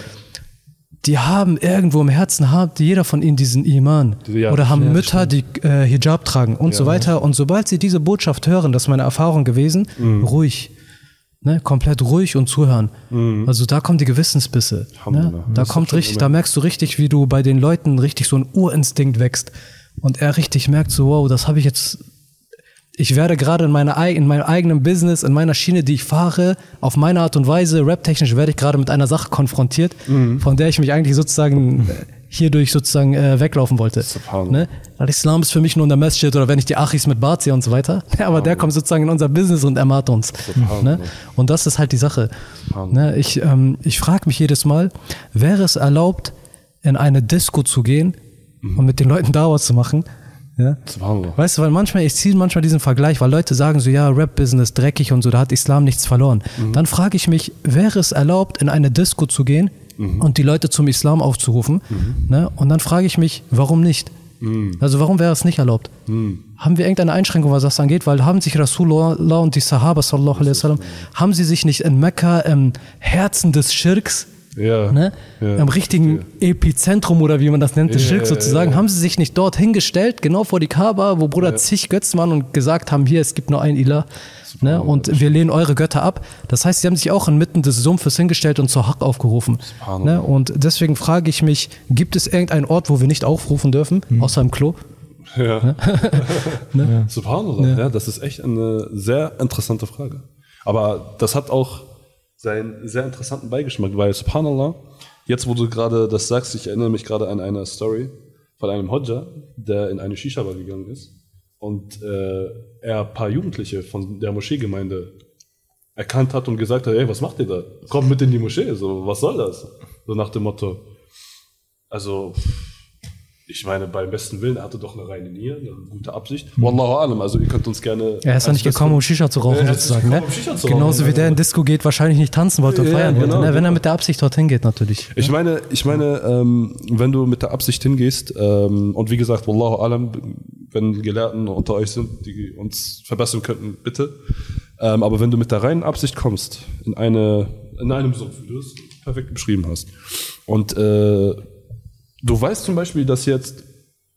die haben irgendwo im Herzen, hat jeder von ihnen diesen Iman. Ja, oder haben ja, Mütter, die äh, Hijab tragen und ja, so weiter. Und sobald sie diese Botschaft hören, das ist meine Erfahrung gewesen, mhm. ruhig. Ne, komplett ruhig und zuhören. Mhm. Also da kommen die Gewissensbisse. Ne? Da kommt richtig, da merkst du richtig, wie du bei den Leuten richtig so ein Urinstinkt wächst. Und er richtig merkt so, wow, das habe ich jetzt... Ich werde gerade in, meiner, in meinem eigenen Business, in meiner Schiene, die ich fahre, auf meine Art und Weise, raptechnisch, werde ich gerade mit einer Sache konfrontiert, mhm. von der ich mich eigentlich sozusagen hierdurch sozusagen äh, weglaufen wollte. Ne? Weil Islam ist für mich nur in der Masjid oder wenn ich die Achis mit Bart sehe und so weiter. Ja, aber der kommt sozusagen in unser Business und ermahnt uns. Ne? Und das ist halt die Sache. Ne? Ich, ähm, ich frage mich jedes Mal, wäre es erlaubt, in eine Disco zu gehen mhm. und mit den Leuten Dauer zu machen? Ja? Weißt du, weil manchmal, ich ziehe manchmal diesen Vergleich, weil Leute sagen so, ja, Rap-Business dreckig und so, da hat Islam nichts verloren. Mhm. Dann frage ich mich, wäre es erlaubt, in eine Disco zu gehen mhm. und die Leute zum Islam aufzurufen? Mhm. Ne? Und dann frage ich mich, warum nicht? Mhm. Also warum wäre es nicht erlaubt? Mhm. Haben wir irgendeine Einschränkung, was das angeht? Weil haben sich Rasulullah und die Sahaba, sallallahu alaihi wasallam, haben sie sich nicht in Mekka im Herzen des Schirks, ja, ne? ja, im richtigen ja. Epizentrum oder wie man das nennt, des ja, Schirks sozusagen, ja, ja. haben sie sich nicht dort hingestellt, genau vor die Kaaba, wo Bruder ja. zig Götzen waren und gesagt haben, hier, es gibt nur einen Ilah, ne? Und wir lehnen eure Götter ab. Das heißt, sie haben sich auch inmitten des Sumpfes hingestellt und zur Haq aufgerufen. Ne? Und deswegen frage ich mich, gibt es irgendeinen Ort, wo wir nicht aufrufen dürfen, mhm. außer im Klo? Ja. Ne? ne? ja. Subhanallah, ja. ja, das ist echt eine sehr interessante Frage. Aber das hat auch seinen sehr interessanten Beigeschmack, weil Subhanallah, jetzt wo du gerade das sagst, ich erinnere mich gerade an eine Story von einem Hodja, der in eine Shisha-Bar gegangen ist und äh, er ein paar Jugendliche von der Moscheegemeinde erkannt hat und gesagt hat, hey, was macht ihr da? Kommt mit in die Moschee, so, was soll das? So nach dem Motto, also ich meine, beim besten Willen, er hatte doch eine reine Niere, eine gute Absicht. Mhm. Wallahu alam, also ihr könnt uns gerne... Er ist ja nicht gekommen, um Shisha zu rauchen, ja, sozusagen. Ne? Um Shisha zu Genauso rauchen, wie der in Disco geht, wahrscheinlich nicht tanzen wollte und ja, feiern genau, wollte. Ne? Wenn genau. er mit der Absicht dorthin geht, natürlich. Ich meine, ich meine ähm, wenn du mit der Absicht hingehst, ähm, und wie gesagt, Wallahu alam, wenn Gelehrten unter euch sind, die uns verbessern könnten, bitte. Ähm, aber wenn du mit der reinen Absicht kommst, in, eine, in einem Sumpf, wie du es perfekt beschrieben hast, und äh, du weißt zum Beispiel, dass jetzt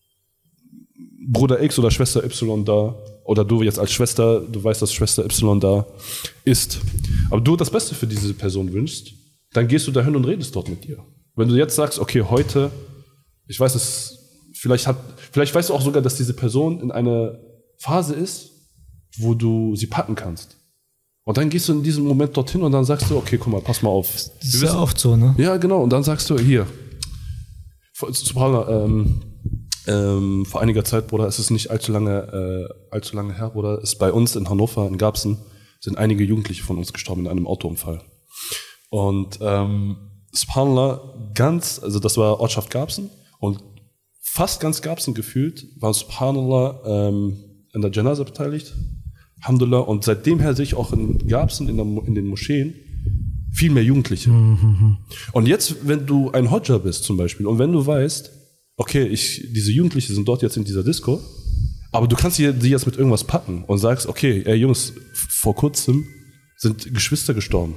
Bruder X oder Schwester Y da, oder du jetzt als Schwester, du weißt, dass Schwester Y da ist, aber du das Beste für diese Person wünschst, dann gehst du dahin und redest dort mit ihr. Wenn du jetzt sagst, okay, heute, ich weiß es, vielleicht hat, vielleicht weißt du auch sogar, dass diese Person in einer Phase ist, wo du sie packen kannst. Und dann gehst du in diesem Moment dorthin und dann sagst du, okay, guck mal, pass mal auf. Das ist ja oft so, ne? Ja, genau, und dann sagst du, hier, Subhanallah, ähm, ähm, vor einiger Zeit, Bruder, es ist nicht allzu lange, äh, allzu lange her, Bruder, ist bei uns in Hannover, in Garbsen, sind einige Jugendliche von uns gestorben in einem Autounfall. Und ähm, subhanallah, ganz, also das war Ortschaft Garbsen und fast ganz Garbsen gefühlt, war subhanallah ähm, in der Janaza beteiligt. Alhamdulillah. Und seitdem her sehe ich auch in Garbsen, in, der, in den Moscheen, viel mehr Jugendliche. Mhm. Und jetzt, wenn du ein Hodja bist zum Beispiel und wenn du weißt, okay, ich, diese Jugendlichen sind dort jetzt in dieser Disco, aber du kannst sie jetzt mit irgendwas packen und sagst, okay, ey Jungs, vor kurzem sind Geschwister gestorben.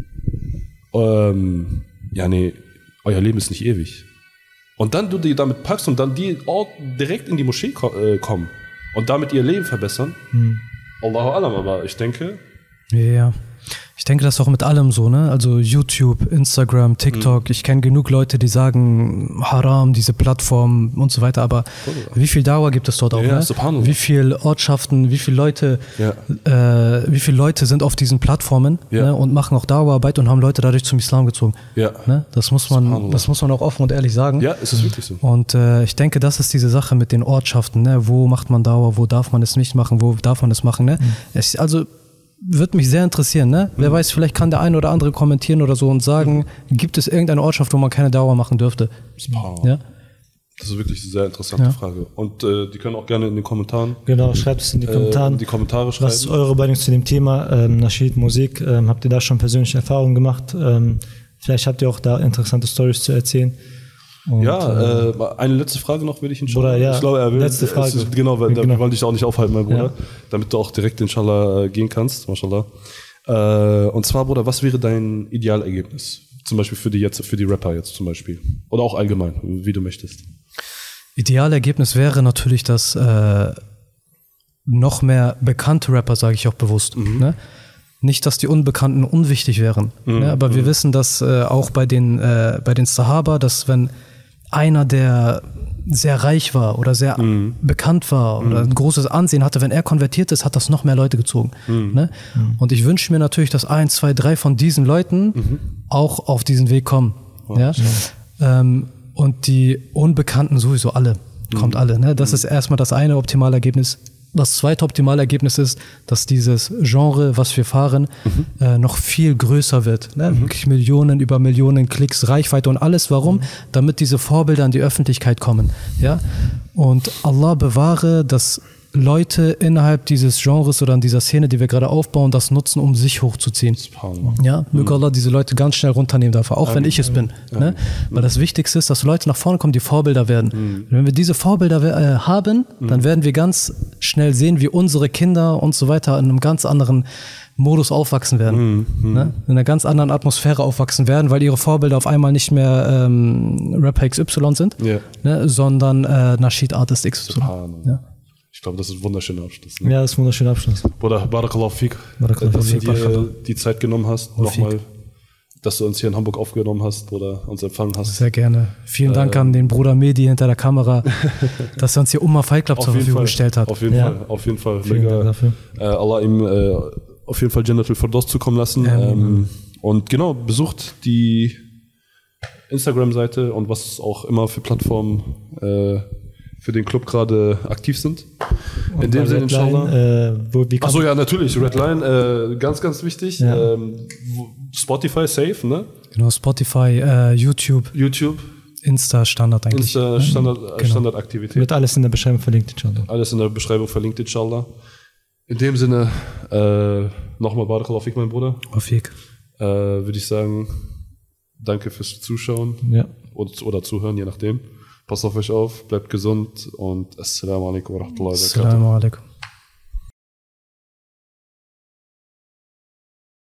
Ähm, ja, nee, euer Leben ist nicht ewig. Und dann du die damit packst und dann die auch direkt in die Moschee ko- äh, kommen und damit ihr Leben verbessern. Mhm. Allahu Alam, aber ich denke... Ja, ich denke, das ist auch mit allem so, ne? Also YouTube, Instagram, TikTok. Mhm. Ich kenne genug Leute, die sagen, Haram, diese Plattform und so weiter. Aber cool, wie viel Dauer gibt es dort auch? Ja, ne? Wie viele Ortschaften, wie viele Leute, ja. äh, wie viele Leute sind auf diesen Plattformen ja. ne? und machen auch Dauerarbeit und haben Leute dadurch zum Islam gezogen. Ja. Ne? Das muss man, das muss man auch offen und ehrlich sagen. Ja, es ist wirklich so. Und äh, ich denke, das ist diese Sache mit den Ortschaften. Ne? Wo macht man Dauer? Wo darf man es nicht machen? Wo darf man es machen? Ne? Mhm. Es, also würde mich sehr interessieren, ne? Mhm. Wer weiß, vielleicht kann der eine oder andere kommentieren oder so und sagen, mhm. gibt es irgendeine Ortschaft, wo man keine Dauer machen dürfte? Ja? Das ist wirklich eine sehr interessante ja. Frage. Und äh, die können auch gerne in den Kommentaren. Genau, schreibt es in die Kommentare. Äh, in die Kommentare schreiben. Was ist eure Meinung zu dem Thema ähm, Naschid, Musik? Ähm, habt ihr da schon persönliche Erfahrungen gemacht? Ähm, vielleicht habt ihr auch da interessante Storys zu erzählen. Und, ja, äh, eine letzte Frage noch will ich inshallah. Bruder, ja, ich glaube, er will. Letzte Frage. Ist, genau, weil genau. da wollte ich auch nicht aufhalten, mein Bruder, ja. damit du auch direkt inshallah gehen kannst, mashallah. Äh, und zwar, Bruder, was wäre dein Idealergebnis? Zum Beispiel für die jetzt, für die Rapper jetzt zum Beispiel. Oder auch allgemein, wie du möchtest. Idealergebnis wäre natürlich, dass äh, noch mehr bekannte Rapper, sage ich auch bewusst, mhm. ne? Nicht, dass die Unbekannten unwichtig wären, mhm. ne? Aber mhm. wir wissen, dass äh, auch bei den, äh, bei den Sahaba, dass wenn einer, der sehr reich war oder sehr mhm. bekannt war oder ein großes Ansehen hatte, wenn er konvertiert ist, hat das noch mehr Leute gezogen. Mhm. Ne? Mhm. Und ich wünsche mir natürlich, dass ein, zwei, drei von diesen Leuten mhm. auch auf diesen Weg kommen. Oh, ja? Ja. Ähm, und die Unbekannten sowieso alle. Mhm. Kommt alle. Ne? Das mhm. ist erstmal das eine Optimalergebnis. Das zweite Optimalergebnis ist, dass dieses Genre, was wir fahren, mhm. äh, noch viel größer wird. Ne? Mhm. Wirklich Millionen über Millionen Klicks, Reichweite und alles. Warum? Mhm. Damit diese Vorbilder in die Öffentlichkeit kommen. Ja? Und Allah bewahre, dass Leute innerhalb dieses Genres oder in dieser Szene, die wir gerade aufbauen, das nutzen, um sich hochzuziehen. Ja? Möge mhm. Allah diese Leute ganz schnell runternehmen dafür, auch Amen. Wenn ich es bin. Amen. Ne? Weil das Wichtigste ist, dass Leute nach vorne kommen, die Vorbilder werden. Mhm. Wenn wir diese Vorbilder äh, haben, mhm. dann werden wir ganz schnell sehen, wie unsere Kinder und so weiter in einem ganz anderen Modus aufwachsen werden. Mhm. Ne? In einer ganz anderen Atmosphäre aufwachsen werden, weil ihre Vorbilder auf einmal nicht mehr ähm, Rapper X Y sind, yeah. ne? sondern äh, Naschid Artist X Y. Ja. Ich glaube, das ist ein wunderschöner Abschluss. Ne? Ja, das ist ein wunderschöner Abschluss. Bruder, Barakallahu Fik, dass du dir die Zeit genommen hast, nochmal, dass du uns hier in Hamburg aufgenommen hast oder uns empfangen hast. Sehr gerne. Vielen äh, Dank an den Bruder Mehdi hinter der Kamera, dass er uns hier Umma Fight Club zur Verfügung Fall, gestellt hat. Auf jeden ja. Fall, auf jeden Fall. Vielen Mega, Dank dafür. Äh, Allah ihm äh, auf jeden Fall Jannatul Firdaus zukommen lassen. Ähm, ähm, und genau, besucht die Instagram-Seite und was auch immer für Plattformen äh, für den Club gerade aktiv sind. Und in dem Sinne, inshallah. Äh, Achso, ja, natürlich. Redline, äh, ganz, ganz wichtig. Ja. Ähm, Spotify, safe, ne? Genau, Spotify, äh, YouTube. YouTube. Insta, Standard eigentlich. Insta, Standard, mhm. genau. Standardaktivität. Wird alles in der Beschreibung verlinkt, inshallah. Alles in der Beschreibung verlinkt, inshallah. In dem Sinne, äh, nochmal Barakallahu Fik, mein Bruder. Afik. Äh, würde ich sagen, danke fürs Zuschauen. Ja. Oder, oder Zuhören, je nachdem. Passt auf euch auf, bleibt gesund und Assalamu alaikum wa rahmatullahi wa barakatuh. Assalamu alaikum.